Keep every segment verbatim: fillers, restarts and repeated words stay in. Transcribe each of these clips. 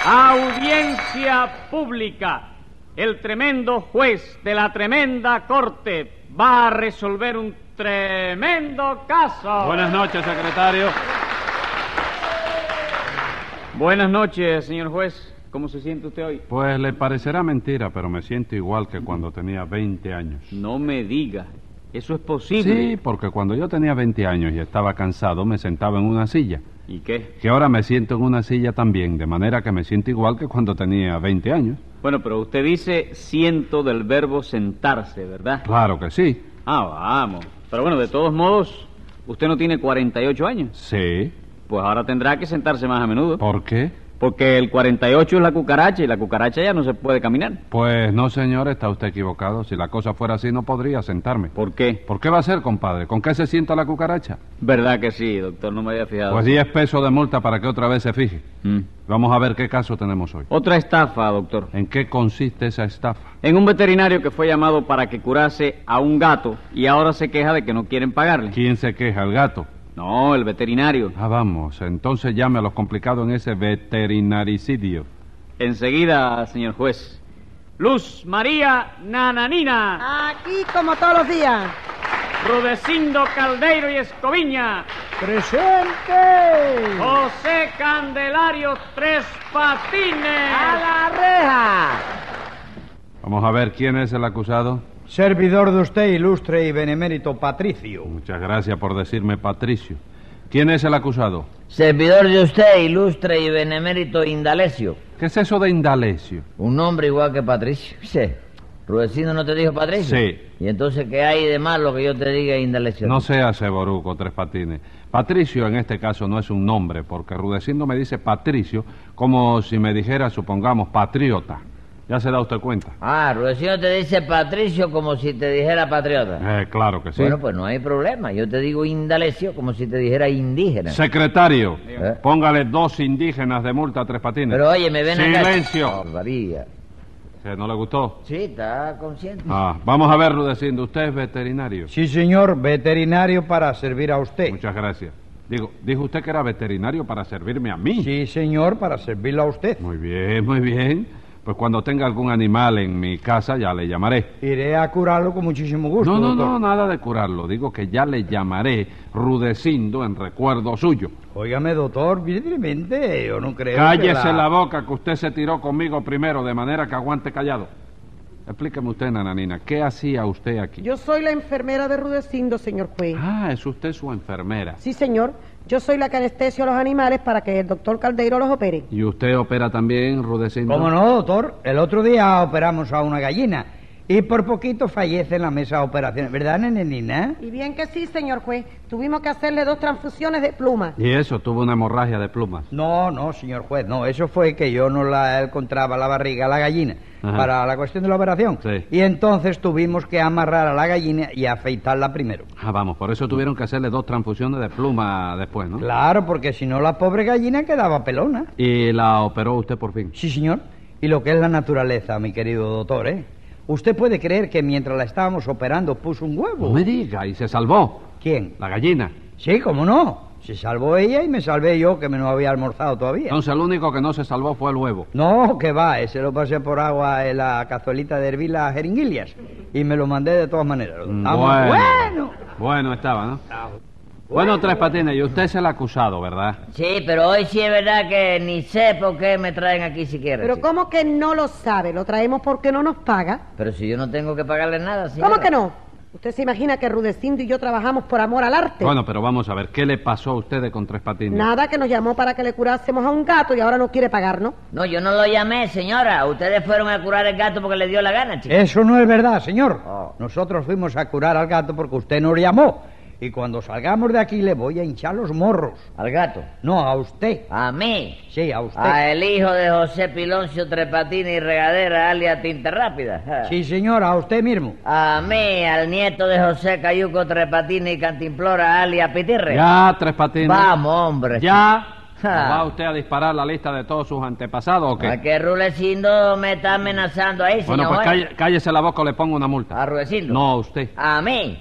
Audiencia pública. El tremendo juez de la tremenda corte va a resolver un tremendo caso. Buenas noches, secretario. Buenas noches, señor juez. ¿Cómo se siente usted hoy? Pues le parecerá mentira, pero me siento igual que cuando tenía veinte años. No me diga. ¿Eso es posible? Sí, porque cuando yo tenía veinte años y estaba cansado, me sentaba en una silla. ¿Y qué? Que ahora me siento en una silla también, de manera que me siento igual que cuando tenía veinte años. Bueno, pero usted dice siento del verbo sentarse, ¿verdad? Claro que sí. Ah, vamos. Pero bueno, de todos modos, ¿usted no tiene cuarenta y ocho años? Sí. Pues ahora tendrá que sentarse más a menudo. ¿Por qué? Porque el cuarenta y ocho es la cucaracha y la cucaracha ya no se puede caminar. Pues no, señor, está usted equivocado. Si la cosa fuera así, no podría sentarme. ¿Por qué? ¿Por qué va a ser, compadre? ¿Con qué se sienta la cucaracha? ¿Verdad que sí, doctor? No me había fijado. Pues diez pesos de multa para que otra vez se fije. Mm. Vamos a ver qué caso tenemos hoy. Otra estafa, doctor. ¿En qué consiste esa estafa? En un veterinario que fue llamado para que curase a un gato y ahora se queja de que no quieren pagarle. ¿Quién se queja? ¿El gato? No, el veterinario. Ah, vamos. Entonces llame a los complicados en ese veterinaricidio. Enseguida, señor juez. Luz María Nananina. Aquí como todos los días. Rudecindo Caldeiro y Escoviña. ¡Presente! José Candelario Tres Patines. ¡A la reja! Vamos a ver quién es el acusado. Servidor de usted, ilustre y benemérito Patricio. Muchas gracias por decirme Patricio. ¿Quién es el acusado? Servidor de usted, ilustre y benemérito Indalecio. ¿Qué es eso de Indalecio? Un nombre igual que Patricio. Sí. ¿Rudecindo no te dijo Patricio? Sí. ¿Y entonces qué hay de malo que yo te diga Indalecio? No sea ceboruco, Tres Patines. Patricio en este caso no es un nombre, porque Rudecindo me dice Patricio como si me dijera, supongamos, patriota. ¿Ya se da usted cuenta? Ah, Rudecindo te dice Patricio como si te dijera patriota. Eh, claro que sí. Bueno, pues no hay problema. Yo te digo Indalecio como si te dijera indígena. Secretario, ¿Eh? póngale dos indígenas de multa a Tres Patines. Pero oye, me ven acá. ¡Silencio! Barbaría. ¿Que no le gustó? Sí, está consciente. Ah, vamos a ver, Rudecindo, ¿usted es veterinario? Sí, señor, veterinario para servir a usted. Muchas gracias. Digo, dijo usted que era veterinario para servirme a mí. Sí, señor, para servirle a usted. Muy bien, muy bien. Pues cuando tenga algún animal en mi casa ya le llamaré. Iré a curarlo con muchísimo gusto, No, no, doctor. no, nada de curarlo. Digo que ya le llamaré Rudecindo en recuerdo suyo. Óigame, doctor, evidentemente, yo no creo Cállese que la... la boca, que usted se tiró conmigo primero, de manera que aguante callado. Explíqueme usted, nananina, ¿qué hacía usted aquí? Yo soy la enfermera de Rudecindo, señor juez. Ah, es usted su enfermera. Sí, señor. Yo soy la que anestesio a los animales para que el doctor Caldeiro los opere. ¿Y usted opera también, Rudecindo? ¿Cómo no, doctor? El otro día operamos a una gallina y por poquito fallece en la mesa de operaciones. ¿Verdad, nenenina? Y bien que sí, señor juez. Tuvimos que hacerle dos transfusiones de pluma. Y eso, tuvo una hemorragia de plumas. No, no, señor juez, no. Eso fue que yo no la encontraba la barriga a la gallina Ajá. para la cuestión de la operación. Sí. Y entonces tuvimos que amarrar a la gallina y afeitarla primero. Ah, vamos, por eso tuvieron que hacerle dos transfusiones de pluma después, ¿no? Claro, porque si no la pobre gallina quedaba pelona. Y la operó usted por fin. Sí, señor. Y lo que es la naturaleza, mi querido doctor, ¿eh? ¿Usted puede creer que mientras la estábamos operando puso un huevo? No me diga, y se salvó. ¿Quién? La gallina. Sí, cómo no. Se salvó ella y me salvé yo, que me no había almorzado todavía. Entonces el único que no se salvó fue el huevo. No, que va, ese lo pasé por agua en la cazuelita de hervir las jeringuillas y me lo mandé de todas maneras. Mm, Ah, bueno. bueno. Bueno estaba, ¿no? Bueno, Tres Patines, y usted es el acusado, ¿verdad? Sí, pero hoy sí es verdad que ni sé por qué me traen aquí siquiera. Pero chico. ¿cómo que no lo sabe? Lo traemos porque no nos paga. Pero si yo no tengo que pagarle nada, señora. ¿Cómo que no? ¿Usted se imagina que Rudecindo y yo trabajamos por amor al arte? Bueno, pero vamos a ver, ¿qué le pasó a ustedes con Tres Patines? Nada, que nos llamó para que le curásemos a un gato y ahora no quiere pagarnos. No, yo no lo llamé, señora. Ustedes fueron a curar el gato porque le dio la gana, chico. Eso no es verdad, señor. Oh. Nosotros fuimos a curar al gato porque usted nos llamó. Y cuando salgamos de aquí le voy a hinchar los morros. ¿Al gato? No, a usted. ¿A mí? Sí, a usted. A el hijo de José Piloncio Trepatini y Regadera, alias Tinta Rápida. Ja. Sí, señor, a usted mismo. A mí, al nieto de José Cayuco Trepatini y Cantimplora, alias Pitirre. Ya, Tres Patines. Vamos, hombre. Ya. ¿No Ja. ¿Va usted a disparar la lista de todos sus antepasados o qué? ¿A qué Rulecindo me está amenazando ahí, señor? Bueno, pues juez? calle- cállese la boca o le pongo una multa. ¿A Rulecindo? No, a usted. ¿A mí?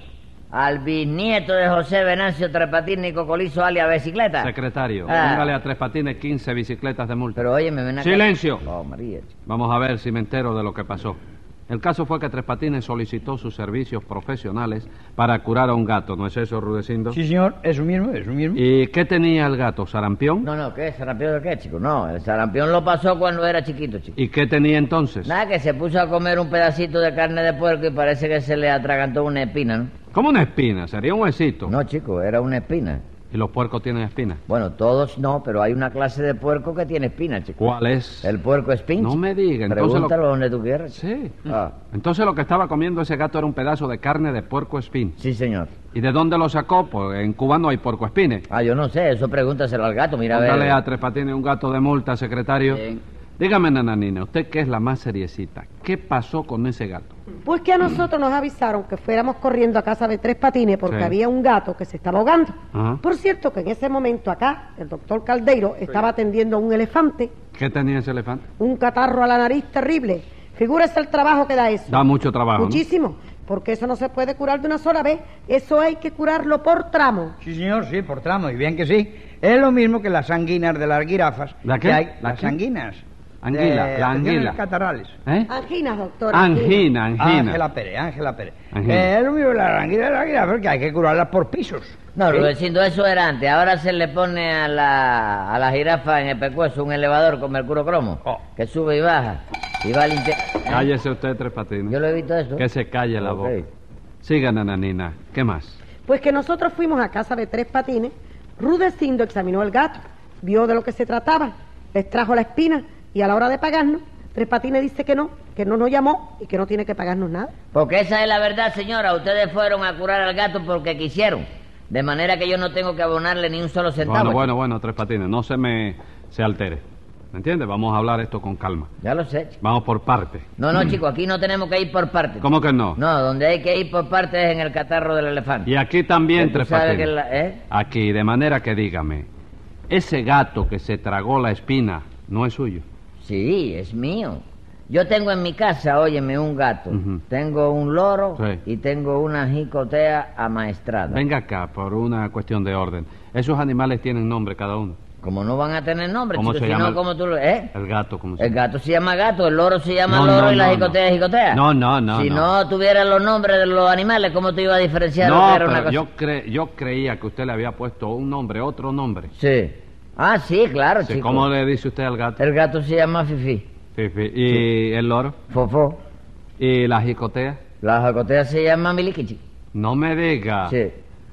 Al bisnieto de José Venancio Tres Patines y Cocolizo alias Bicicleta. Secretario, Ah. póngale a Tres Patines quince bicicletas de multa. Pero óyeme, ven acá. ¡Silencio! Oh, María, chico. Vamos a ver si me entero de lo que pasó. El caso fue que Tres Patines solicitó sus servicios profesionales para curar a un gato, ¿no es eso, Rudecindo? Sí, señor, eso mismo, eso mismo. ¿Y qué tenía el gato? ¿Sarampión? No, no, ¿qué? ¿Sarampión de qué, chico? No, el sarampión lo pasó cuando era chiquito, chico. ¿Y qué tenía entonces? Nada, que se puso a comer un pedacito de carne de puerco y parece que se le atragantó una espina, ¿no? ¿Cómo una espina? Sería un huesito. No, chico, era una espina. ¿Y los puercos tienen espinas? Bueno, todos no, pero hay una clase de puerco que tiene espina, chico. ¿Cuál es? El puerco espín. No chico. me diga, entonces Pregúntalo lo- donde tú quieras. chico. Sí. Ah. Entonces lo que estaba comiendo ese gato era un pedazo de carne de puerco espín. Sí, señor. ¿Y de dónde lo sacó? Pues en Cuba no hay puerco espines. Ah, yo no sé, eso pregúntaselo al gato, mira a ver. Póngale a Tres Patines un gato de multa, secretario. Bien. Dígame, nananina, usted que es la más seriecita, ¿qué pasó con ese gato? Pues que a nosotros nos avisaron que fuéramos corriendo a casa de Tres Patines porque Sí. había un gato que se estaba ahogando. Ajá. Por cierto que en ese momento acá el doctor Caldeiro estaba atendiendo a un elefante, ¿Qué tenía ese elefante? un catarro a la nariz terrible. Figúrese el trabajo que da eso. Da mucho trabajo, ¿no? Muchísimo, porque eso no se puede curar de una sola vez, eso hay que curarlo por tramo. Sí, señor, sí, por tramo, y bien que sí. Es lo mismo que las anguinas de las jirafas. ¿La qué? que hay- ¿La las qué? anguinas. Anguila, de la afecciones anguila. catarrales. ¿Eh? Anginas, doctor. Angina, angina. Ángela Pérez, Ángela Pérez. Angina. Eh, es lo mismo que las anguinas de las jirafas, que hay que curarlas por pisos. No, ¿Sí? Rudecindo, eso era antes. Ahora se le pone a la, a la jirafa en el pescuezo un elevador con mercurio cromo Oh. que sube y baja y va limpiando. Cállese usted, Tres Patines. Yo lo he visto eso. Que se calle la Ok. boca. Siga, nananina. ¿Qué más? Pues que nosotros fuimos a casa de Tres Patines, Rudecindo examinó el gato, vio de lo que se trataba, les trajo la espina y a la hora de pagarnos, Tres Patines dice que no, que no nos llamó y que no tiene que pagarnos nada. Porque esa es la verdad, señora. Ustedes fueron a curar al gato porque quisieron. De manera que yo no tengo que abonarle ni un solo centavo. Bueno, bueno, chico. bueno, Tres Patines, no se me se altere. ¿Me entiende? Vamos a hablar esto con calma. Ya lo sé, chico. Vamos por parte. No, no, chico, aquí no tenemos que ir por partes. ¿Cómo que no? No, donde hay que ir por partes es en el catarro del elefante. Y aquí también, Que tú Tres sabes Patines. que la- ¿eh? Aquí, de manera que dígame, ese gato que se tragó la espina no es suyo. Sí, es mío. Yo tengo en mi casa, óyeme, un gato. Ujú. Tengo un loro Sí. y tengo una jicotea amaestrada. Venga acá, por una cuestión de orden. Esos animales tienen nombre cada uno. Como no van a tener nombre, ¿Cómo chico, se si llama no, el- ¿cómo tú lo...? ¿Eh? El gato, ¿cómo se El llama? gato se llama gato, el loro se llama No, loro no, y la no, jicotea no. es jicotea. No, no, no, Si no. no, tuviera los nombres de los animales, ¿cómo tú ibas a diferenciar lo No, que era una pero cosa? yo, cre- yo creía que usted le había puesto un nombre, otro nombre. Sí. Ah, sí, claro, Sí, chico. ¿Cómo le dice usted al gato? El gato se llama Fifi. Fifi. ¿Y el loro? Fofó. ¿Y la jicotea? La jicotea se llama Miliquichi. No me diga. Sí.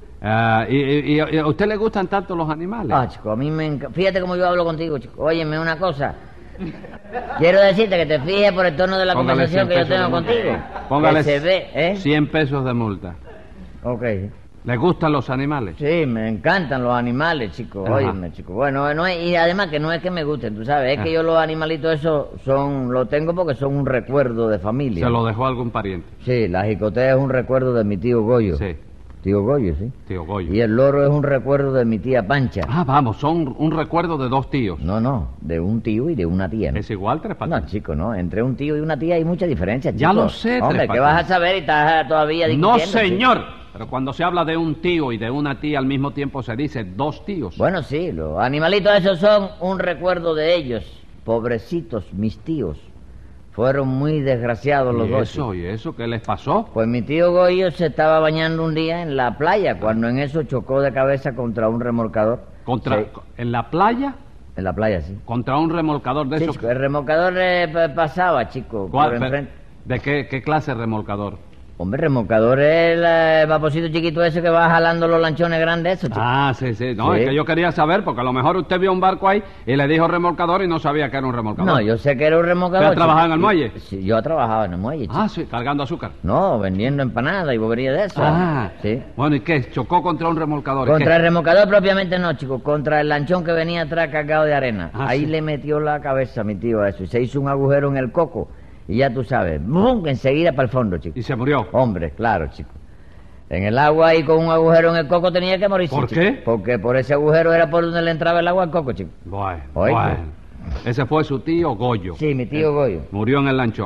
Ah, y, y- y- y a usted le gustan tanto los animales? Ah, chico, a mí me encanta. Fíjate cómo yo hablo contigo, chico. Óyeme una cosa. Quiero decirte que te fijes por el tono de la Póngale conversación que cien yo pesos tengo de multa. contigo. Póngale Que se ve, ¿eh? cien pesos de multa. Ok. ¿Le gustan los animales? Sí, me encantan los animales, chico. Ajá. Óyeme, chico. Bueno, no es- y además que no es que me gusten, tú sabes. Es que Ah. yo los animalitos esos son, los tengo porque son un recuerdo de familia. ¿Se lo dejó algún pariente? Sí, la jicotea es un recuerdo de mi tío Goyo. Sí, Tío Goyo, sí. tío Goyo. Y el loro es un recuerdo de mi tía Pancha. Ah, vamos, son un recuerdo de dos tíos. No, no, de un tío y de una tía. ¿no? ¿Es igual, Tres Patines? No, chico, no. Entre un tío y una tía hay mucha diferencia, chico. Ya lo sé, Hombre, Tres ¿qué Patines. vas a saber y estás todavía No, discutiendo, chico? señor. Pero cuando se habla de un tío y de una tía al mismo tiempo se dice dos tíos. Bueno, sí, los animalitos esos son un recuerdo de ellos. Pobrecitos, mis tíos. Fueron muy desgraciados los ¿Y dos. eso? chico. ¿Y eso qué les pasó? Pues mi tío Goyo se estaba bañando un día en la playa cuando en eso chocó de cabeza contra un remolcador. Contra, Sí, ¿En la playa? en la playa, sí. Contra un remolcador de Sí, esos. chico, el remolcador eh, pa- pasaba, chico, ¿Cuál? por Pero- enfrente. ¿De qué, qué clase de remolcador? Hombre, remolcador es el vaporcito chiquito ese que va jalando los lanchones grandes, esos, chico. Ah, sí, sí. No, Sí. es que yo quería saber, porque a lo mejor usted vio un barco ahí y le dijo remolcador y no sabía que era un remolcador. No, yo sé que era un remolcador. ¿Usted ha trabajado chico. en el muelle? Sí, yo trabajaba en el muelle, chico. Ah, sí, cargando azúcar. No, vendiendo empanadas y bobería de eso. Ah, Sí. Bueno, ¿y qué? ¿Chocó contra un remolcador? ¿Y Contra qué? el remolcador propiamente no, chico. Contra el lanchón que venía atrás cargado de arena. Ah, Ahí sí. le metió la cabeza mi tío a eso. Y se hizo un agujero en el coco. Y ya tú sabes, ¡bum! Enseguida para el fondo, chico. Y se murió. Hombre, claro, chico. En el agua y con un agujero en el coco tenía que morirse. ¿Por chico. qué? Porque por ese agujero era por donde le entraba el agua al coco, chico. Bueno, Oiga. bueno. Ese fue su tío Goyo. Sí, mi tío Goyo. Murió en el lanchón.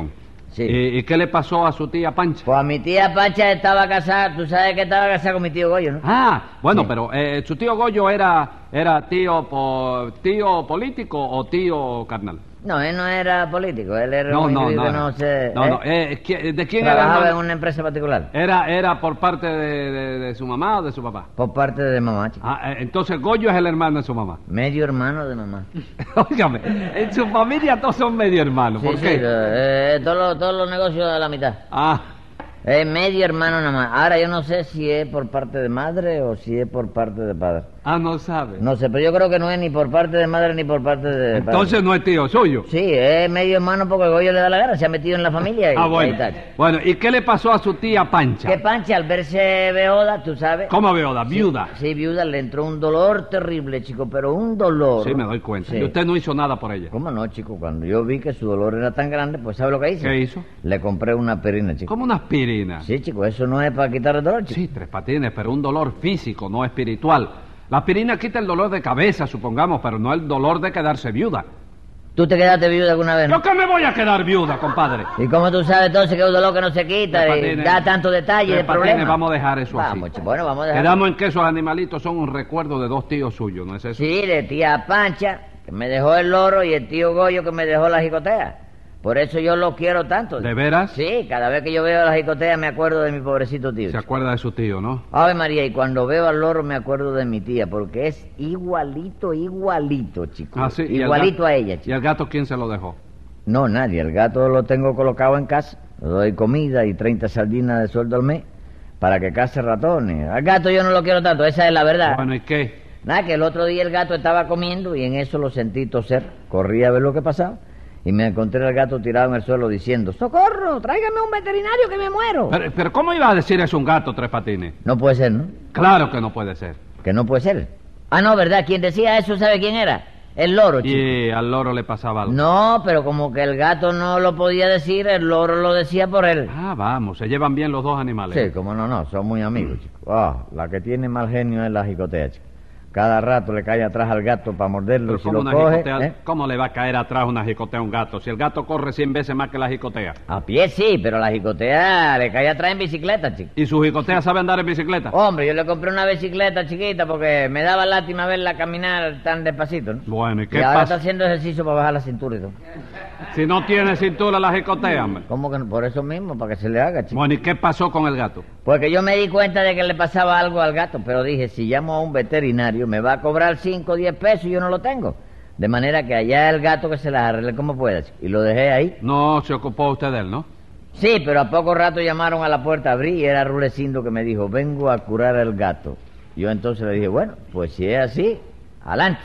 Sí. ¿Y, y qué le pasó a su tía Pancha? Pues a mi tía Pancha estaba casada, tú sabes que estaba casada con mi tío Goyo, ¿no? Ah, bueno, Sí. pero eh, su tío Goyo era, era tío, po- tío político o tío carnal. No, él no era político, él era No, un no, individuo no. que no sé... No, ¿eh? no, eh, ¿qui- ¿de quién era Trabajaba en hermano? una empresa particular, Era, era por parte de, de- de su mamá o de su papá. por parte de mamá, chico. Ah, eh, entonces Goyo es el hermano de su mamá. Medio hermano de mamá. Óigame, en su familia todos son medio hermanos. Sí, ¿Por sí, qué? eh, todos los todos los negocios a la mitad. Ah, Es medio hermano nada más. Ahora yo no sé si es por parte de madre o si es por parte de padre. ah, no sabe. No sé, pero yo creo que no es ni por parte de madre ni por parte de padre. Entonces no es tío suyo. Sí, es medio hermano porque Goyo le da la gana, se ha metido en la familia y Ah, ahí bueno. está. Bueno, ¿y qué le pasó a su tía Pancha? Que Pancha al verse viuda, tú sabes... ¿Cómo veo, la viuda? Sí, viuda, le entró un dolor terrible, chico, pero un dolor... Sí, me doy cuenta. Sí. Y usted no hizo nada por ella. ¿Cómo no, chico? Cuando yo vi que su dolor era tan grande, pues ¿sabe lo que hice? ¿Qué hizo? Le compré una aspirina, chico. Como una aspirina. Sí, chico, eso no es para quitar el dolor, chico. Sí, Tres Patines, pero un dolor físico, no espiritual. La aspirina quita el dolor de cabeza, supongamos, pero no el dolor de quedarse viuda. ¿Tú te quedaste viuda alguna vez, no? ¿Yo qué me voy a quedar viuda, compadre? ¿Y cómo tú sabes entonces que es un dolor que no se quita Tres y Patines, da tanto detalle Tres el Patines, problema? vamos a dejar eso Vamos, así. chico, bueno, vamos a dejar. Quedamos en que esos animalitos son un recuerdo de dos tíos suyos, ¿no es eso? Sí, de tía Pancha, que me dejó el loro, y el tío Goyo, que me dejó la jicotea. Por eso yo los quiero tanto. ¿De veras? Sí, cada vez que yo veo la jicotea me acuerdo de mi pobrecito tío. Se chico. acuerda de su tío, ¿no? Ave María, y cuando veo al loro me acuerdo de mi tía, porque es igualito, igualito, chico. Ah, sí. ¿Y el Igualito gato- a ella, ¿Y chico. el gato quién se lo dejó? No, nadie. El gato lo tengo colocado en casa. Le doy comida y treinta sardinas de sueldo al mes para que case ratones. Al gato yo no lo quiero tanto, esa es la verdad. Bueno, ¿y qué? Nada, que el otro día el gato estaba comiendo y en eso lo sentí toser. Corrí a ver lo que pasaba y me encontré al gato tirado en el suelo diciendo: ¡Socorro! ¡Tráigame un veterinario que me muero! Pero, pero ¿cómo iba a decir eso un gato, Tres Patines? No puede ser, ¿no? Claro que no puede ser. Que no puede ser. Ah, no, ¿verdad? Quien decía eso, ¿sabe quién era? El loro, chico. Y al loro le pasaba algo. No, pero como que el gato no lo podía decir, el loro lo decía por él. Ah, vamos, se llevan bien los dos animales. Sí, como no, no, son muy amigos, chico. Ah, la que tiene mal genio es la jicotea, chico. Cada rato le cae atrás al gato para morderlo Pero y si ¿cómo, lo una coge... jicotea- ¿eh? ¿cómo le va a caer atrás una jicotea a un gato? Si el gato corre cien veces más que la jicotea. A pie sí, pero la jicotea le cae atrás en bicicleta, chico. ¿Y su jicotea sabe andar en bicicleta? Hombre, yo le compré una bicicleta chiquita porque me daba lástima verla caminar tan despacito, ¿no? Bueno, ¿y Y qué ahora pasa? está haciendo ejercicio para bajar la cintura y todo. Si no tiene cintura la jicotea, hombre. ¿Cómo que no? Por eso mismo, para que se le haga, chico. Bueno, ¿y qué pasó con el gato? Porque yo me di cuenta de que le pasaba algo al gato, pero dije, si llamo a un veterinario me va a cobrar cinco o diez pesos y yo no lo tengo. De manera que allá el gato que se las arregle como pueda, chico. Y lo dejé ahí. No se ocupó usted de él, ¿no? Sí, pero a poco rato llamaron a la puerta, abrí y era Rulecindo que me dijo: vengo a curar al gato. Yo entonces le dije: bueno, pues si es así, adelante.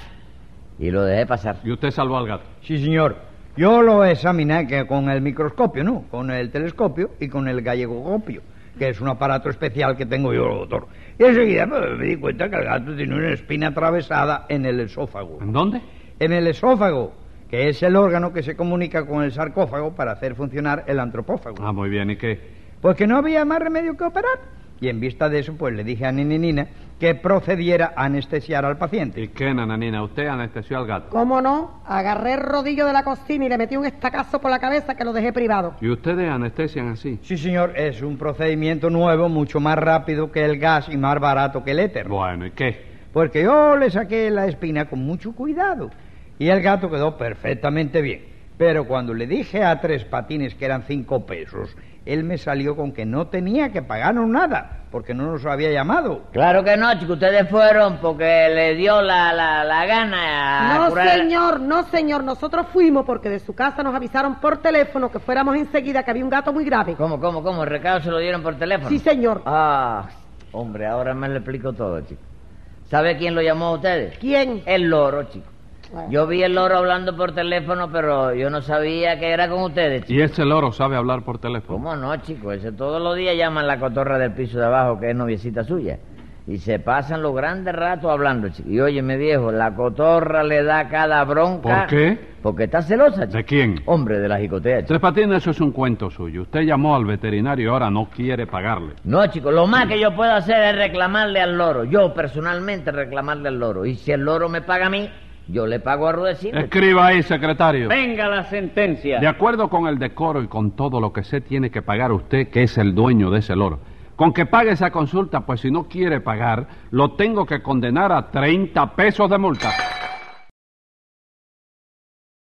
Y lo dejé pasar. Y usted salvó al gato. Sí, señor. Yo lo examiné que con el microscopio, ¿no? Con el telescopio y con el gallegoscopio, que es un aparato especial que tengo yo, doctor. Y enseguida pues, me di cuenta que el gato tiene una espina atravesada en el esófago. ¿En dónde? En el esófago, que es el órgano que se comunica con el sarcófago para hacer funcionar el antropófago. Ah, muy bien, ¿y qué? Pues que no había más remedio que operar. Y en vista de eso, pues le dije a Nininina que procediera a anestesiar al paciente. ¿Y qué, nananina? ¿Usted anestesió al gato? ¿Cómo no? Agarré el rodillo de la cocina y le metí un estacazo por la cabeza que lo dejé privado. ¿Y ustedes anestesian así? Sí, señor, es un procedimiento nuevo, mucho más rápido que el gas y más barato que el éter. Bueno, ¿y qué? Porque yo le saqué la espina con mucho cuidado y el gato quedó perfectamente bien. Pero cuando le dije a Tres Patines que eran cinco pesos, él me salió con que no tenía que pagarnos nada, porque no nos había llamado. Claro que no, chico, ustedes fueron porque le dio la, la, la gana a No, curar... señor, no, señor. Nosotros fuimos porque de su casa nos avisaron por teléfono que fuéramos enseguida, que había un gato muy grave. ¿Cómo, cómo, cómo? ¿El recado se lo dieron por teléfono? Sí, señor. Ah, hombre, ahora me lo explico todo, chico. ¿Sabe quién lo llamó a ustedes? ¿Quién? El loro, chico. Bueno. Yo vi el loro hablando por teléfono, pero yo no sabía que era con ustedes, chico. ¿Y ese loro sabe hablar por teléfono? ¿Cómo no, chico? Ese todos los días llaman la cotorra del piso de abajo, que es noviecita suya. Y se pasan los grandes ratos hablando, chico. Y óyeme, viejo, la cotorra le da cada bronca. ¿Por qué? Porque está celosa, chico. ¿De quién? Hombre, de la jicotea, chico. Tres Patines, eso es un cuento suyo. Usted llamó al veterinario y ahora no quiere pagarle. No, chico, lo más que yo puedo hacer es reclamarle al loro. Yo, personalmente, reclamarle al loro. Y si el loro me paga a mí, Yo le pago a Rudecindo. Escriba ahí, secretario. Venga la sentencia. De acuerdo con el decoro y con todo lo que se tiene que pagar usted, que es el dueño de ese loro. Con que pague esa consulta, pues si no quiere pagar, lo tengo que condenar a treinta pesos de multa.